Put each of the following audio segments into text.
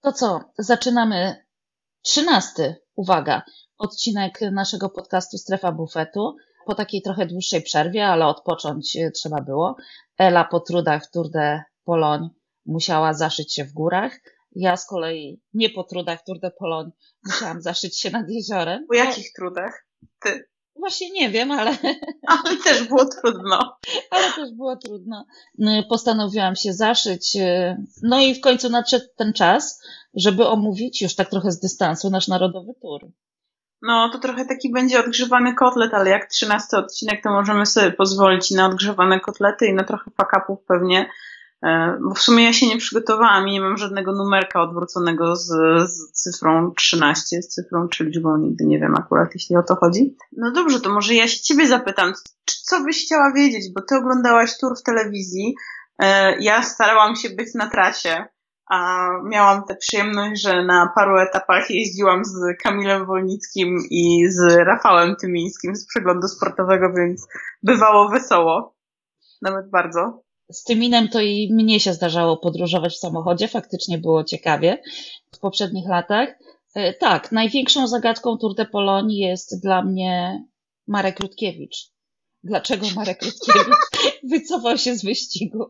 To co, zaczynamy 13, uwaga, odcinek naszego podcastu Strefa Bufetu. Po takiej trochę dłuższej przerwie, ale odpocząć trzeba było. Ela po trudach Tour de Pologne musiała zaszyć się w górach. Ja z kolei nie po trudach Tour de Pologne musiałam zaszyć się nad jeziorem. Po jakich trudach? Ty. Właśnie nie wiem, ale Ale też było trudno. ale też było trudno. Postanowiłam się zaszyć. No i w końcu nadszedł ten czas, żeby omówić już tak trochę z dystansu nasz narodowy tour. No, to trochę taki będzie odgrzewany kotlet, ale jak 13 odcinek, to możemy sobie pozwolić na odgrzewane kotlety i na trochę fuck-upów pewnie. Bo w sumie ja się nie przygotowałam i nie mam żadnego numerka odwróconego z cyfrą 13, z cyfrą czy liczbą, nigdy nie wiem akurat, jeśli o to chodzi. No dobrze, to może ja się ciebie zapytam, co byś chciała wiedzieć, bo ty oglądałaś tour w telewizji, ja starałam się być na trasie, a miałam tę przyjemność, że na paru etapach jeździłam z Kamilem Wolnickim i z Rafałem Tymińskim z przeglądu sportowego, więc bywało wesoło, nawet bardzo. Z Tyminem to i mnie się zdarzało podróżować w samochodzie, faktycznie było ciekawie w poprzednich latach. Tak, największą zagadką Tour de Pologne jest dla mnie Marek Rutkiewicz. Dlaczego Marek Rutkiewicz wycofał się z wyścigu?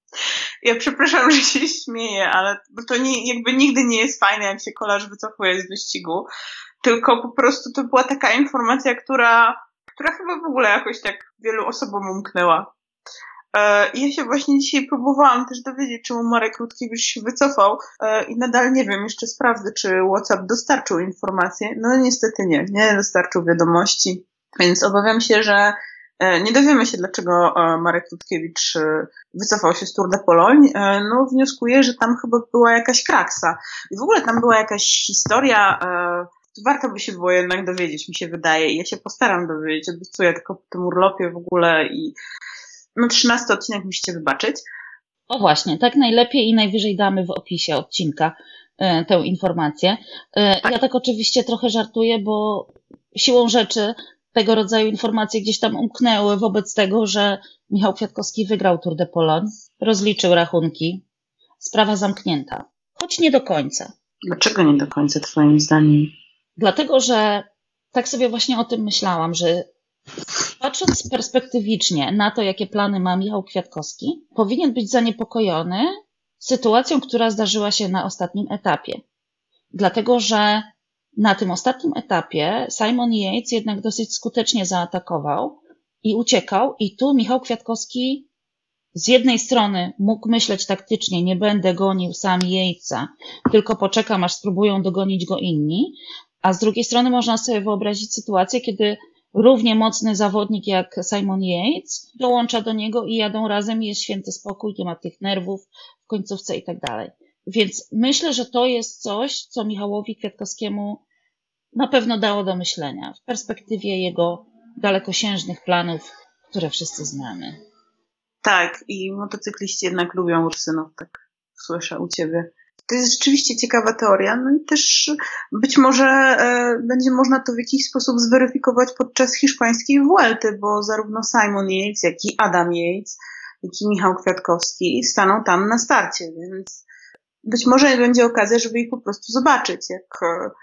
Ja przepraszam, że się śmieję, ale to jakby nigdy nie jest fajne, jak się kolarz wycofuje z wyścigu, tylko po prostu to była taka informacja, która chyba w ogóle jakoś tak wielu osobom umknęła. I ja się właśnie dzisiaj próbowałam też dowiedzieć, czemu Marek Rutkiewicz się wycofał i nadal nie wiem, jeszcze sprawdzę, czy WhatsApp dostarczył informacje. No niestety nie dostarczył wiadomości, więc obawiam się, że nie dowiemy się, dlaczego Marek Rutkiewicz wycofał się z Tour de Pologne. No wnioskuję, że tam chyba była jakaś kraksa. I w ogóle tam była jakaś historia, warto by się było jednak dowiedzieć, mi się wydaje. I ja się postaram dowiedzieć, obiecuję tylko po tym urlopie w ogóle i 13 odcinek musicie wybaczyć. O właśnie, tak najlepiej i najwyżej damy w opisie odcinka tę informację. Tak. Ja tak oczywiście trochę żartuję, bo siłą rzeczy tego rodzaju informacje gdzieś tam umknęły wobec tego, że Michał Kwiatkowski wygrał Tour de Pologne, rozliczył rachunki, sprawa zamknięta, choć nie do końca. Dlaczego nie do końca twoim zdaniem? Dlatego, że tak sobie właśnie o tym myślałam, że patrząc perspektywicznie na to, jakie plany ma Michał Kwiatkowski, powinien być zaniepokojony sytuacją, która zdarzyła się na ostatnim etapie. Dlatego, że na tym ostatnim etapie Simon Yates jednak dosyć skutecznie zaatakował i uciekał i tu Michał Kwiatkowski z jednej strony mógł myśleć taktycznie, nie będę gonił sam Yatesa, tylko poczekam, aż spróbują dogonić go inni, a z drugiej strony można sobie wyobrazić sytuację, kiedy równie mocny zawodnik jak Simon Yates dołącza do niego i jadą razem i jest święty spokój, nie ma tych nerwów w końcówce i tak dalej. Więc myślę, że to jest coś, co Michałowi Kwiatkowskiemu na pewno dało do myślenia w perspektywie jego dalekosiężnych planów, które wszyscy znamy. Tak, i motocykliści jednak lubią Ursynów, tak słyszę u ciebie. To jest rzeczywiście ciekawa teoria, no i też być może będzie można to w jakiś sposób zweryfikować podczas hiszpańskiej Vuelty, bo zarówno Simon Yates, jak i Adam Yates, jak i Michał Kwiatkowski staną tam na starcie, więc być może będzie okazja, żeby ich po prostu zobaczyć, jak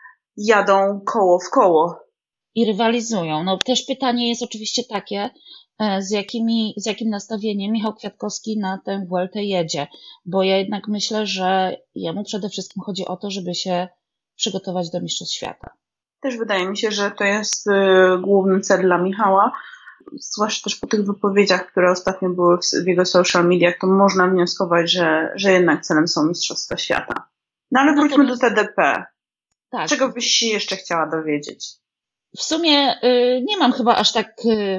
jadą koło w koło. I rywalizują. No też pytanie jest oczywiście takie, z jakim nastawieniem Michał Kwiatkowski na tę Vueltę jedzie, bo ja jednak myślę, że jemu przede wszystkim chodzi o to, żeby się przygotować do Mistrzostw Świata. Też wydaje mi się, że to jest główny cel dla Michała, zwłaszcza też po tych wypowiedziach, które ostatnio były w jego social mediach, to można wnioskować, że jednak celem są Mistrzostwa Świata. No ale wróćmy do TDP. Tak. Czego byś się jeszcze chciała dowiedzieć? W sumie nie mam chyba aż tak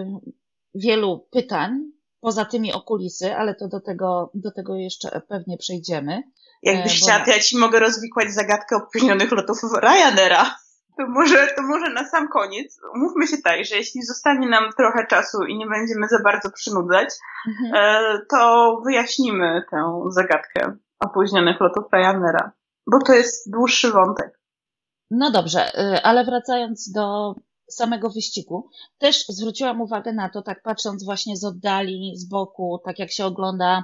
wielu pytań poza tymi o kulisy, ale to do tego jeszcze pewnie przejdziemy. Jakbyś chciała, to ja ci mogę rozwikłać zagadkę opóźnionych lotów Ryanaira. To może na sam koniec umówmy się tak, że jeśli zostanie nam trochę czasu i nie będziemy za bardzo przynudzać, to wyjaśnimy tę zagadkę opóźnionych lotów Ryanaira, bo to jest dłuższy wątek. No dobrze, ale wracając do samego wyścigu, też zwróciłam uwagę na to, tak patrząc właśnie z oddali, z boku, tak jak się ogląda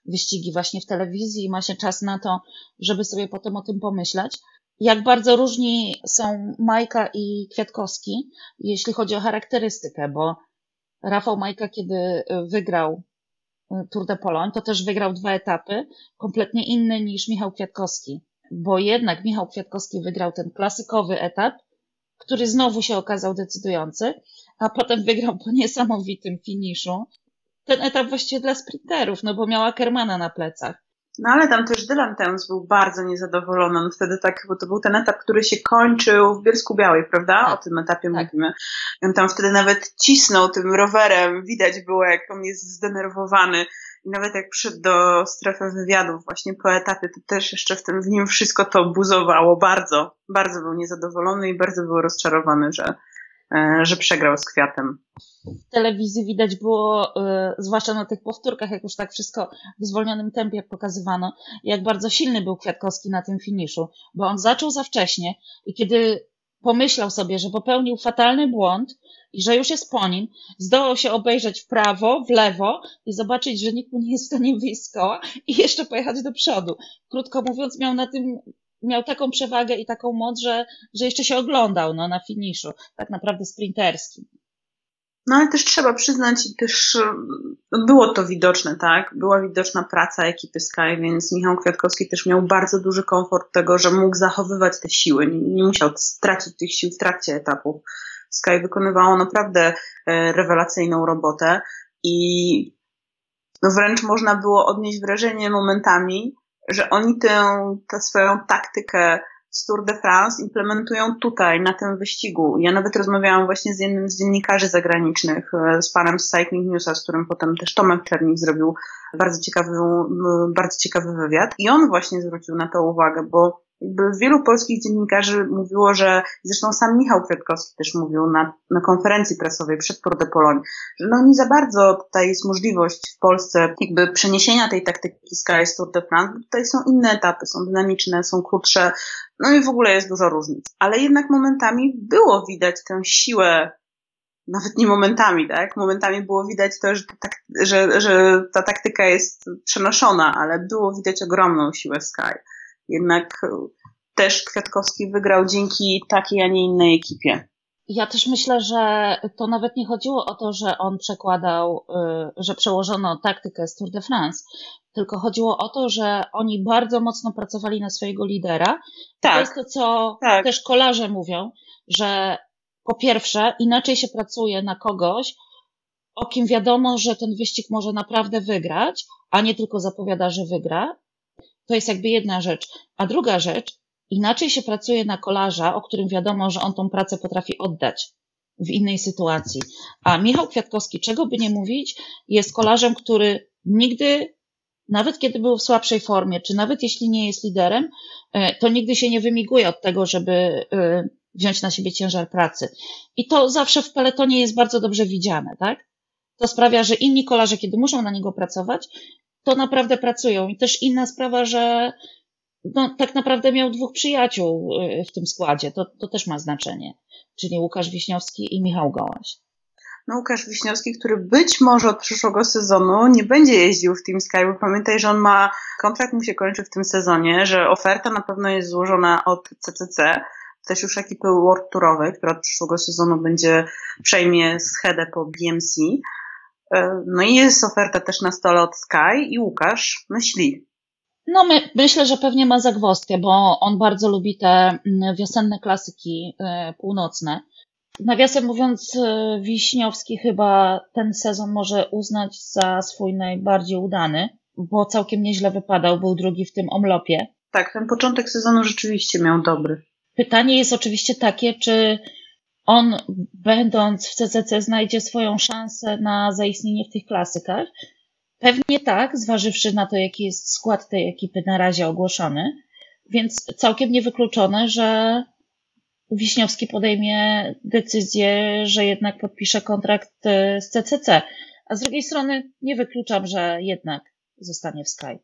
wyścigi właśnie w telewizji i ma się czas na to, żeby sobie potem o tym pomyśleć. Jak bardzo różni są Majka i Kwiatkowski, jeśli chodzi o charakterystykę, bo Rafał Majka, kiedy wygrał Tour de Pologne, to też wygrał 2 etapy, kompletnie inne niż Michał Kwiatkowski, bo jednak Michał Kwiatkowski wygrał ten klasykowy etap, który znowu się okazał decydujący, a potem wygrał po niesamowitym finiszu. Ten etap właściwie dla sprinterów, no bo miał Ackermana na plecach. No ale tam też Dylan Teuns był bardzo niezadowolony. On wtedy tak, bo to był ten etap, który się kończył w Bielsku-Białej, prawda? Tak, o tym etapie tak. mówimy. I on tam wtedy nawet cisnął tym rowerem. Widać było, jak on jest zdenerwowany. I nawet jak przyszedł do strefy wywiadów właśnie po etapie, to też jeszcze w nim wszystko to buzowało. Bardzo, bardzo był niezadowolony i bardzo był rozczarowany, że przegrał z Kwiatem. W telewizji widać było, zwłaszcza na tych powtórkach, jak już tak wszystko w zwolnionym tempie pokazywano, jak bardzo silny był Kwiatkowski na tym finiszu, bo on zaczął za wcześnie i kiedy pomyślał sobie, że popełnił fatalny błąd i że już jest po nim, zdołał się obejrzeć w prawo, w lewo i zobaczyć, że nikt mu nie jest w stanie wyjść z koła i jeszcze pojechać do przodu. Krótko mówiąc, miał taką przewagę i taką moc, że jeszcze się oglądał na finiszu, tak naprawdę sprinterskim. No ale też trzeba przyznać, i też było to widoczne, tak? Była widoczna praca ekipy Sky, więc Michał Kwiatkowski też miał bardzo duży komfort tego, że mógł zachowywać te siły, nie musiał stracić tych sił w trakcie etapów. Sky wykonywało naprawdę rewelacyjną robotę i no wręcz można było odnieść wrażenie momentami, że oni tę swoją taktykę z Tour de France implementują tutaj, na tym wyścigu. Ja nawet rozmawiałam właśnie z jednym z dziennikarzy zagranicznych, z panem z Cycling Newsa, z którym potem też Tomek Czernik zrobił bardzo ciekawy wywiad. I on właśnie zwrócił na to uwagę, bo jakby wielu polskich dziennikarzy mówiło, że zresztą sam Michał Kwiatkowski też mówił na konferencji prasowej przed Tour de Pologne, że no nie za bardzo tutaj jest możliwość w Polsce jakby przeniesienia tej taktyki Sky z Tour de France, bo tutaj są inne etapy, są dynamiczne, są krótsze, no i w ogóle jest dużo różnic. Ale jednak momentami było widać tę siłę, nawet nie momentami, tak? Momentami było widać to, że ta taktyka jest przenoszona, ale było widać ogromną siłę Sky. Jednak też Kwiatkowski wygrał dzięki takiej, a nie innej ekipie. Ja też myślę, że to nawet nie chodziło o to, że on że przełożono taktykę z Tour de France, tylko chodziło o to, że oni bardzo mocno pracowali na swojego lidera. Tak. To jest to, co też kolarze mówią, że po pierwsze inaczej się pracuje na kogoś, o kim wiadomo, że ten wyścig może naprawdę wygrać, a nie tylko zapowiada, że wygra. To jest jakby jedna rzecz. A druga rzecz, inaczej się pracuje na kolarza, o którym wiadomo, że on tą pracę potrafi oddać w innej sytuacji. A Michał Kwiatkowski, czego by nie mówić, jest kolarzem, który nigdy, nawet kiedy był w słabszej formie, czy nawet jeśli nie jest liderem, to nigdy się nie wymiguje od tego, żeby wziąć na siebie ciężar pracy. I to zawsze w peletonie jest bardzo dobrze widziane, tak? To sprawia, że inni kolarze, kiedy muszą na niego pracować, to naprawdę pracują. I też inna sprawa, że no, tak naprawdę miał 2 przyjaciół w tym składzie. To też ma znaczenie. Czyli Łukasz Wiśniowski i Michał Gołaś. No, Łukasz Wiśniowski, który być może od przyszłego sezonu nie będzie jeździł w Team Sky, bo pamiętaj, że kontrakt mu się kończy w tym sezonie, że oferta na pewno jest złożona od CCC, też już ekipy World Tourowej, która od przyszłego sezonu przejmie schedę po BMC. No i jest oferta też na stole od Sky i Łukasz myśli. No myślę, że pewnie ma zagwozdkę, bo on bardzo lubi te wiosenne klasyki północne. Nawiasem mówiąc, Wiśniowski chyba ten sezon może uznać za swój najbardziej udany, bo całkiem nieźle wypadał, był drugi w tym omlopie. Tak, ten początek sezonu rzeczywiście miał dobry. Pytanie jest oczywiście takie, czy on, będąc w CCC, znajdzie swoją szansę na zaistnienie w tych klasykach. Pewnie tak, zważywszy na to, jaki jest skład tej ekipy na razie ogłoszony, więc całkiem niewykluczone, że Wiśniowski podejmie decyzję, że jednak podpisze kontrakt z CCC. A z drugiej strony nie wykluczam, że jednak zostanie w Sky.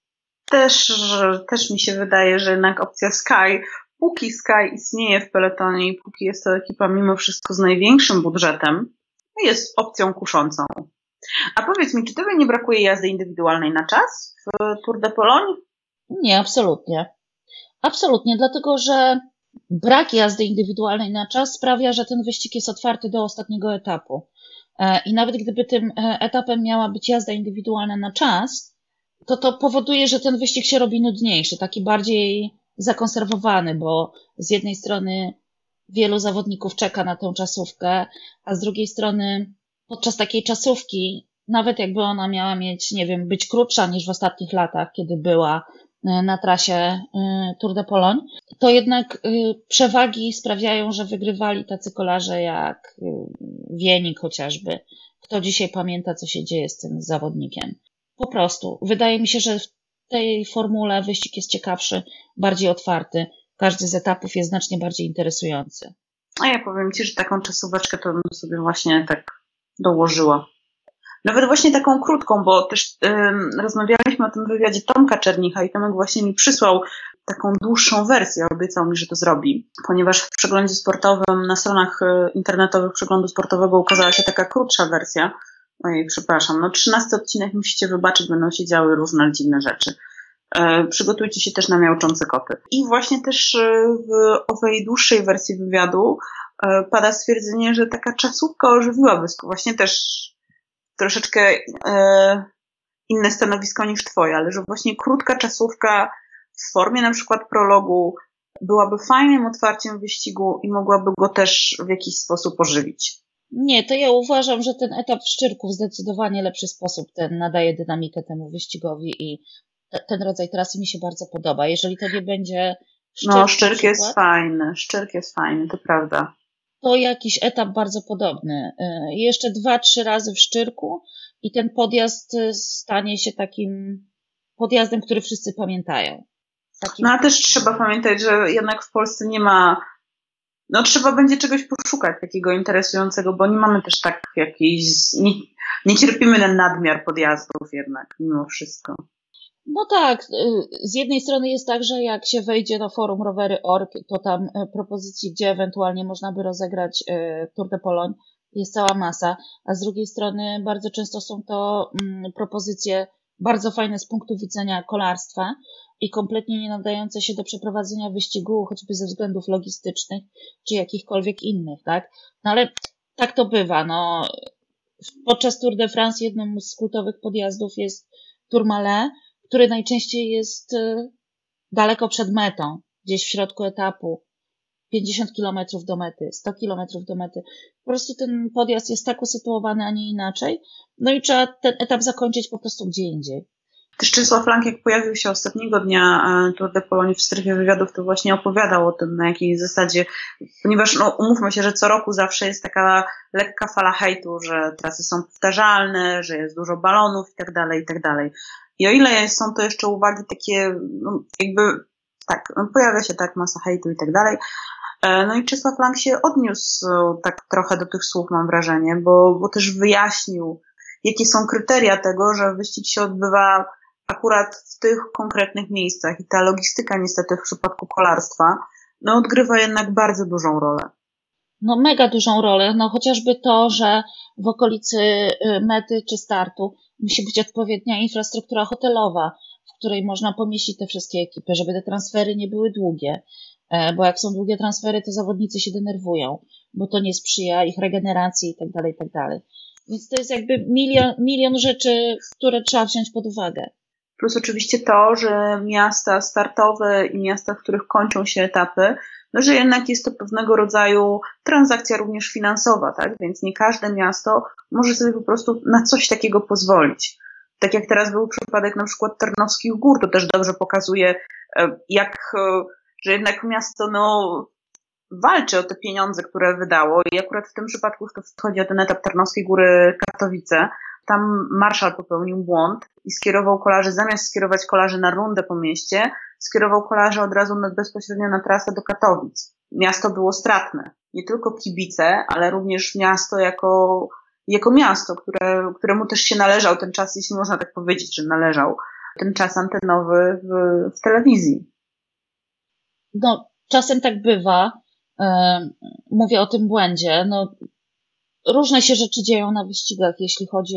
Też mi się wydaje, że jednak opcja Sky, póki Sky istnieje w peletonie i póki jest to ekipa mimo wszystko z największym budżetem, jest opcją kuszącą. A powiedz mi, czy tobie nie brakuje jazdy indywidualnej na czas w Tour de Pologne? Nie, absolutnie. Absolutnie, dlatego że brak jazdy indywidualnej na czas sprawia, że ten wyścig jest otwarty do ostatniego etapu. I nawet gdyby tym etapem miała być jazda indywidualna na czas, to powoduje, że ten wyścig się robi nudniejszy, taki bardziej zakonserwowany, bo z jednej strony wielu zawodników czeka na tę czasówkę, a z drugiej strony podczas takiej czasówki, nawet jakby ona miała mieć, nie wiem, być krótsza niż w ostatnich latach, kiedy była na trasie Tour de Pologne, to jednak przewagi sprawiają, że wygrywali tacy kolarze jak Wienik chociażby. Kto dzisiaj pamięta, co się dzieje z tym zawodnikiem? Po prostu. Wydaje mi się, że w tej formule wyścig jest ciekawszy, bardziej otwarty. Każdy z etapów jest znacznie bardziej interesujący. A ja powiem ci, że taką czasóweczkę to bym sobie właśnie tak dołożyła. Nawet właśnie taką krótką, bo też rozmawialiśmy o tym wywiadzie Tomka Czernicha i Tomek właśnie mi przysłał taką dłuższą wersję, obiecał mi, że to zrobi, ponieważ w przeglądzie sportowym, na stronach internetowych przeglądu sportowego ukazała się taka krótsza wersja. Ojej, przepraszam, 13 odcinek musicie wybaczyć, będą się działy różne dziwne rzeczy. Przygotujcie się też na miauczące koty. I właśnie też w owej dłuższej wersji wywiadu pada stwierdzenie, że taka czasówka ożywiłaby właśnie też troszeczkę inne stanowisko niż twoje, ale że właśnie krótka czasówka w formie na przykład prologu byłaby fajnym otwarciem wyścigu i mogłaby go też w jakiś sposób ożywić. Nie, to ja uważam, że ten etap w Szczyrku w zdecydowanie lepszy sposób ten nadaje dynamikę temu wyścigowi i ten rodzaj trasy mi się bardzo podoba. Jeżeli to nie będzie Szczyrk, Szczyrk jest fajny, to prawda. To jakiś etap bardzo podobny. Jeszcze 2-3 razy w Szczyrku i ten podjazd stanie się takim podjazdem, który wszyscy pamiętają. A też trzeba pamiętać, że jednak w Polsce nie ma, trzeba będzie czegoś poszukać takiego interesującego, bo nie mamy też tak jakiejś, nie cierpimy na nadmiar podjazdów jednak, mimo wszystko. No tak, z jednej strony jest tak, że jak się wejdzie na forum rowery.org, to tam propozycji, gdzie ewentualnie można by rozegrać Tour de Pologne, jest cała masa, a z drugiej strony bardzo często są to propozycje bardzo fajne z punktu widzenia kolarstwa i kompletnie nie nadające się do przeprowadzenia wyścigu, choćby ze względów logistycznych, czy jakichkolwiek innych, tak? No ale tak to bywa, Podczas Tour de France jednym z kultowych podjazdów jest Tourmalet, który najczęściej jest daleko przed metą, gdzieś w środku etapu, 50 km do mety, 100 km do mety. Po prostu ten podjazd jest tak usytuowany, a nie inaczej. No i trzeba ten etap zakończyć po prostu gdzie indziej. Też Czesław Lang, jak pojawił się ostatniego dnia Tour de Pologne w strefie wywiadów, to właśnie opowiadał o tym, na jakiej zasadzie, ponieważ umówmy się, że co roku zawsze jest taka lekka fala hejtu, że trasy są powtarzalne, że jest dużo balonów i tak dalej, i tak dalej. I o ile są to jeszcze uwagi takie, pojawia się tak masa hejtu i tak dalej. No i Czesław Lang się odniósł tak trochę do tych słów, mam wrażenie, bo też wyjaśnił, jakie są kryteria tego, że wyścig się odbywa akurat w tych konkretnych miejscach i ta logistyka niestety w przypadku kolarstwa odgrywa jednak bardzo dużą rolę. Mega dużą rolę, chociażby to, że w okolicy mety czy startu musi być odpowiednia infrastruktura hotelowa, w której można pomieścić te wszystkie ekipy, żeby te transfery nie były długie, bo jak są długie transfery, to zawodnicy się denerwują, bo to nie sprzyja ich regeneracji i tak dalej. Więc to jest jakby milion rzeczy, które trzeba wziąć pod uwagę. Plus oczywiście to, że miasta startowe i miasta, w których kończą się etapy, że jednak jest to pewnego rodzaju transakcja również finansowa, tak? Więc nie każde miasto może sobie po prostu na coś takiego pozwolić. Tak jak teraz był przypadek na przykład Tarnowskich Gór, to też dobrze pokazuje, że jednak miasto walczy o te pieniądze, które wydało i akurat w tym przypadku chodzi o ten etap Tarnowskiej Góry Katowice. Tam marszał popełnił błąd i skierował kolarzy, zamiast skierować kolarzy na rundę po mieście, skierował kolarzy od razu bezpośrednio na trasę do Katowic. Miasto było stratne. Nie tylko kibice, ale również miasto jako miasto, któremu też się należał ten czas, jeśli można tak powiedzieć, że należał ten czas antenowy w telewizji. Czasem tak bywa. Mówię o tym błędzie. różne się rzeczy dzieją na wyścigach, jeśli chodzi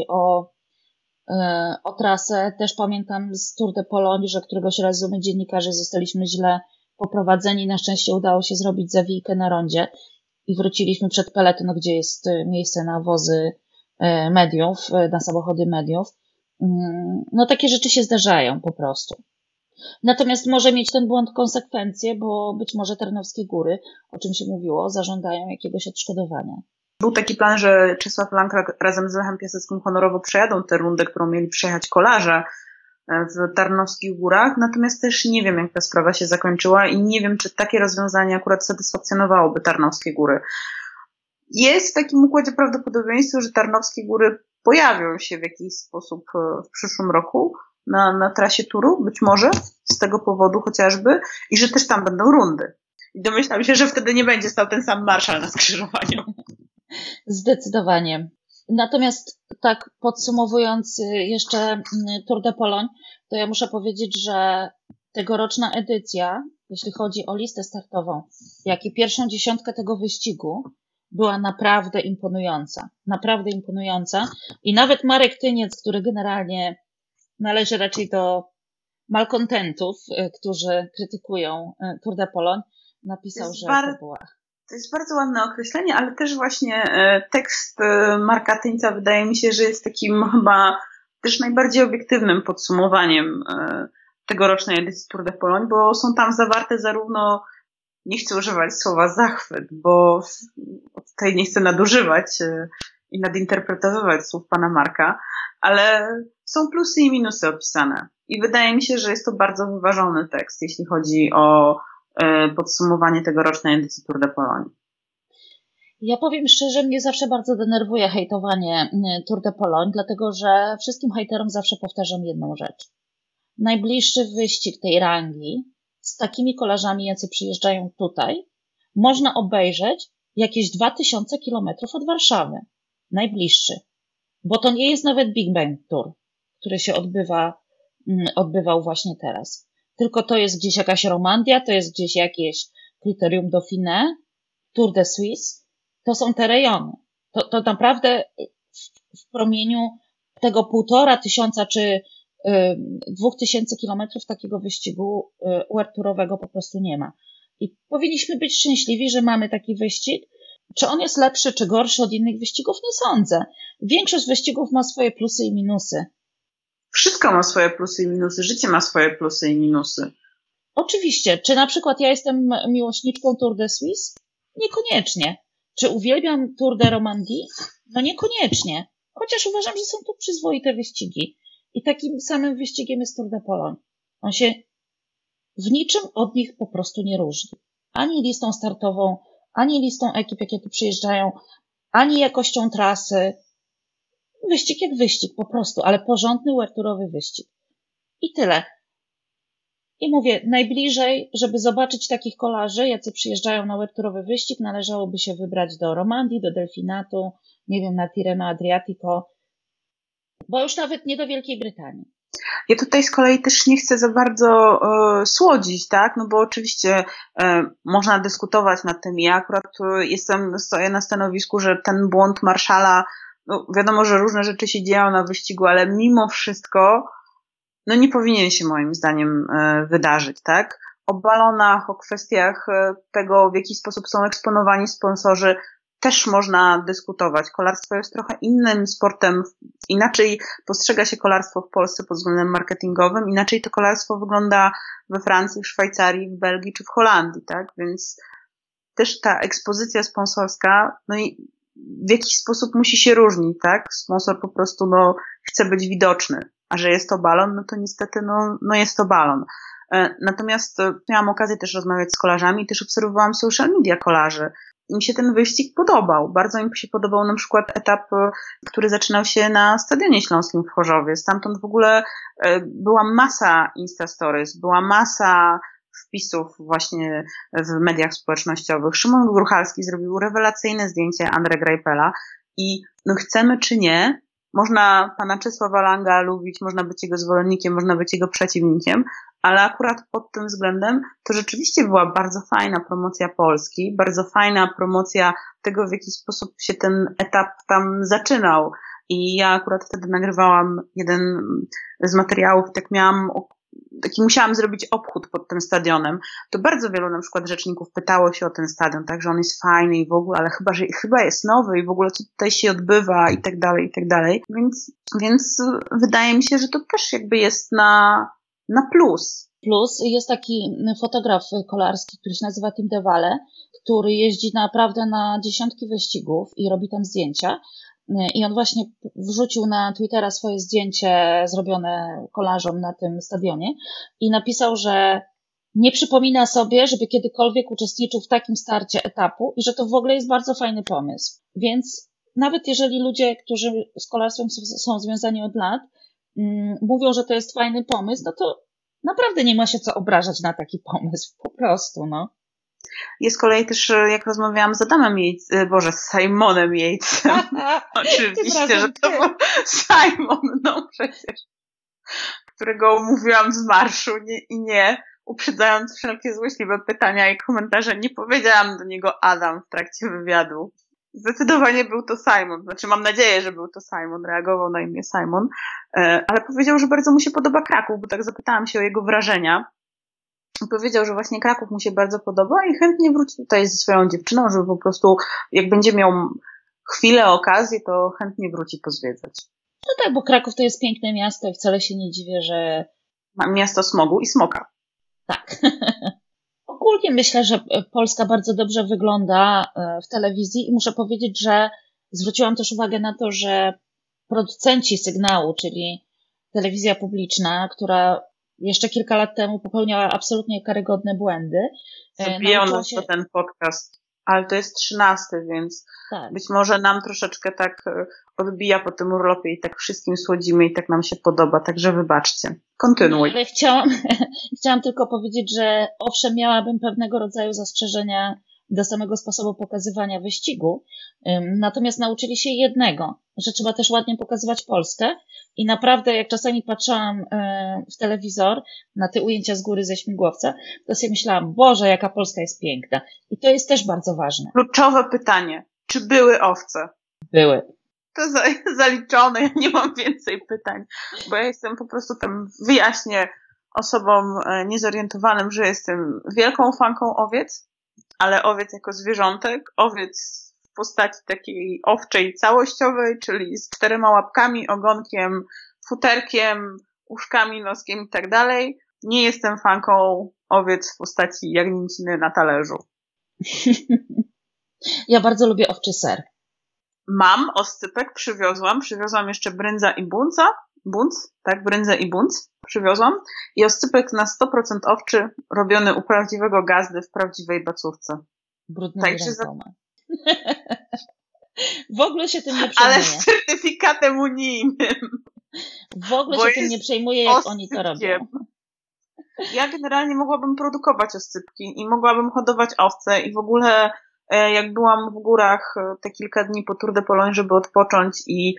o trasę. Też pamiętam z Tour de Pologne, że któregoś razu my dziennikarze zostaliśmy źle poprowadzeni. Na szczęście udało się zrobić zawijkę na rondzie i wróciliśmy przed peleton, gdzie jest miejsce na wozy mediów, na samochody mediów. No takie rzeczy się zdarzają po prostu. Natomiast może mieć ten błąd konsekwencje, bo być może Tarnowskie Góry, o czym się mówiło, zażądają jakiegoś odszkodowania. Był taki plan, że Czesław Lang razem z Lechem Piaseckim honorowo przejadą tę rundę, którą mieli przejechać kolarze w Tarnowskich Górach, natomiast też nie wiem, jak ta sprawa się zakończyła i nie wiem, czy takie rozwiązanie akurat satysfakcjonowałoby Tarnowskie Góry. Jest w takim układzie prawdopodobieństwo, że Tarnowskie Góry pojawią się w jakiś sposób w przyszłym roku na trasie Touru, być może z tego powodu chociażby, i że też tam będą rundy. I domyślam się, że wtedy nie będzie stał ten sam marszał na skrzyżowaniu. Zdecydowanie. Natomiast tak podsumowując jeszcze Tour de Pologne, to ja muszę powiedzieć, że tegoroczna edycja, jeśli chodzi o listę startową, jak i pierwszą dziesiątkę tego wyścigu, była naprawdę imponująca. Naprawdę imponująca. I nawet Marek Tyniec, który generalnie należy raczej do malkontentów, którzy krytykują Tour de Pologne, napisał, że to była... To jest bardzo ładne określenie, ale też właśnie tekst Marka Tyńca wydaje mi się, że jest takim chyba też najbardziej obiektywnym podsumowaniem tegorocznej edycji Tour de Pologne, bo są tam zawarte zarówno, nie chcę używać słowa zachwyt, bo tutaj nie chcę nadużywać i nadinterpretowywać słów pana Marka, ale są plusy i minusy opisane. I wydaje mi się, że jest to bardzo wyważony tekst, jeśli chodzi o podsumowanie tegorocznej edycji Tour de Pologne. Ja powiem szczerze, mnie zawsze bardzo denerwuje hejtowanie Tour de Pologne, dlatego że wszystkim hejterom zawsze powtarzam jedną rzecz. Najbliższy wyścig tej rangi z takimi kolarzami, jacy przyjeżdżają tutaj, można obejrzeć jakieś 2000 kilometrów od Warszawy. Najbliższy. Bo to nie jest nawet Big Bang Tour, który się odbywał właśnie teraz. Tylko to jest gdzieś jakaś Romandia, to jest gdzieś jakieś Critérium Dauphiné, Tour de Suisse. To są te rejony. To naprawdę w promieniu tego 1500 czy 2000 kilometrów takiego wyścigu UR Tourowego po prostu nie ma. I powinniśmy być szczęśliwi, że mamy taki wyścig. Czy on jest lepszy czy gorszy od innych wyścigów? Nie sądzę. Większość wyścigów ma swoje plusy i minusy. Wszystko ma swoje plusy i minusy. Życie ma swoje plusy i minusy. Oczywiście. Czy na przykład ja jestem miłośniczką Tour de Suisse? Niekoniecznie. Czy uwielbiam Tour de Romandie? No niekoniecznie. Chociaż uważam, że są to przyzwoite wyścigi. I takim samym wyścigiem jest Tour de Pologne. On się w niczym od nich po prostu nie różni. Ani listą startową, ani listą ekip, jakie tu przyjeżdżają, ani jakością trasy. Wyścig jak wyścig po prostu, ale porządny UR-turowy wyścig. I tyle. I mówię, najbliżej, żeby zobaczyć takich kolarzy, jacy przyjeżdżają na UR-turowy wyścig, należałoby się wybrać do Romandii, do Delfinatu, nie wiem, na Tirreno Adriatico, bo już nawet nie do Wielkiej Brytanii. Ja tutaj z kolei też nie chcę za bardzo słodzić, tak? No bo oczywiście można dyskutować nad tym. Ja akurat stoję na stanowisku, że ten błąd Marszala, no wiadomo, że różne rzeczy się dzieją na wyścigu, ale mimo wszystko no nie powinien się moim zdaniem wydarzyć, tak? O balonach, o kwestiach tego, w jaki sposób są eksponowani sponsorzy, też można dyskutować. Kolarstwo jest trochę innym sportem, inaczej postrzega się kolarstwo w Polsce pod względem marketingowym, inaczej to kolarstwo wygląda we Francji, w Szwajcarii, w Belgii czy w Holandii, tak? Więc też ta ekspozycja sponsorska, no i w jakiś sposób musi się różnić, tak? Sponsor po prostu, no, chce być widoczny, a że jest to balon, no to niestety, no jest to balon. Natomiast miałam okazję też rozmawiać z kolarzami i też obserwowałam social media kolarzy. Im się ten wyścig podobał. Bardzo im się podobał na przykład etap, który zaczynał się na Stadionie Śląskim w Chorzowie. Stamtąd w ogóle była masa Instastories, była masa wpisów właśnie w mediach społecznościowych. Szymon Gruchalski zrobił rewelacyjne zdjęcie André Greipela i no chcemy czy nie, można pana Czesława Langa lubić, można być jego zwolennikiem, można być jego przeciwnikiem, ale akurat pod tym względem to rzeczywiście była bardzo fajna promocja Polski, bardzo fajna promocja tego, w jaki sposób się ten etap tam zaczynał. I ja akurat wtedy nagrywałam jeden z materiałów, tak musiałam zrobić obchód pod tym stadionem. To bardzo wielu na przykład rzeczników pytało się o ten stadion, tak, że on jest fajny i w ogóle, ale chyba jest nowy i w ogóle co tutaj się odbywa i tak dalej, i tak dalej. Więc wydaje mi się, że to też jakby jest na plus. Plus jest taki fotograf kolarski, który się nazywa Tim DeValle, który jeździ naprawdę na dziesiątki wyścigów i robi tam zdjęcia. I on właśnie wrzucił na Twittera swoje zdjęcie zrobione kolarzom na tym stadionie i napisał, że nie przypomina sobie, żeby kiedykolwiek uczestniczył w takim starcie etapu i że to w ogóle jest bardzo fajny pomysł. Więc nawet jeżeli ludzie, którzy z kolarstwem są związani od lat, mówią, że to jest fajny pomysł, no to naprawdę nie ma się co obrażać na taki pomysł, po prostu, no. Jest z kolei też, jak rozmawiałam z Adamem z Simonem Yatesem. Oczywiście, że to był Simon, no przecież, którego mówiłam z marszu nie, uprzedzając wszelkie złośliwe pytania i komentarze, nie powiedziałam do niego Adam w trakcie wywiadu. Zdecydowanie był to Simon, znaczy mam nadzieję, że był to Simon, reagował na imię Simon, ale powiedział, że bardzo mu się podoba Kraków, bo tak zapytałam się o jego wrażenia. Powiedział, że właśnie Kraków mu się bardzo podoba i chętnie wróci tutaj ze swoją dziewczyną, żeby po prostu, jak będzie miał chwilę, okazję, to chętnie wróci pozwiedzać. No tak, bo Kraków to jest piękne miasto i wcale się nie dziwię, że... Miasto smogu i smoka. Tak. Ogólnie myślę, że Polska bardzo dobrze wygląda w telewizji i muszę powiedzieć, że zwróciłam też uwagę na to, że producenci sygnału, czyli telewizja publiczna, która jeszcze kilka lat temu popełniała absolutnie karygodne błędy. Zabiją nas to ten podcast, ale to jest 13, więc tak. Być może nam troszeczkę tak odbija po tym urlopie i tak wszystkim słodzimy i tak nam się podoba, także wybaczcie. Kontynuuj. Ale chciałam tylko powiedzieć, że owszem, miałabym pewnego rodzaju zastrzeżenia do samego sposobu pokazywania wyścigu, natomiast nauczyli się jednego, że trzeba też ładnie pokazywać Polskę i naprawdę jak czasami patrzyłam w telewizor na te ujęcia z góry ze śmigłowca, to sobie myślałam, Boże, jaka Polska jest piękna. I to jest też bardzo ważne. Kluczowe pytanie, czy były owce? Były. To zaliczone, ja nie mam więcej pytań, bo ja jestem po prostu tam, wyjaśnię osobom niezorientowanym, że jestem wielką fanką owiec, ale owiec jako zwierzątek, owiec w postaci takiej owczej całościowej, czyli z 4 łapkami, ogonkiem, futerkiem, uszkami, noskiem i tak dalej. Nie jestem fanką owiec w postaci jagnięciny na talerzu. Ja bardzo lubię owczy ser. Mam oscypek, przywiozłam jeszcze brędza i brędzę i bunc przywiozłam i oscypek na 100% owczy, robiony u prawdziwego gazdy w prawdziwej bacówce. Brudnymi rękoma. W ogóle się tym nie przejmuję. Ale z certyfikatem unijnym. W ogóle się tym nie przejmuję, jak oni to robią. Ja generalnie mogłabym produkować oscypki i mogłabym hodować owce i w ogóle jak byłam w górach te kilka dni po Tour de Pologne, żeby odpocząć i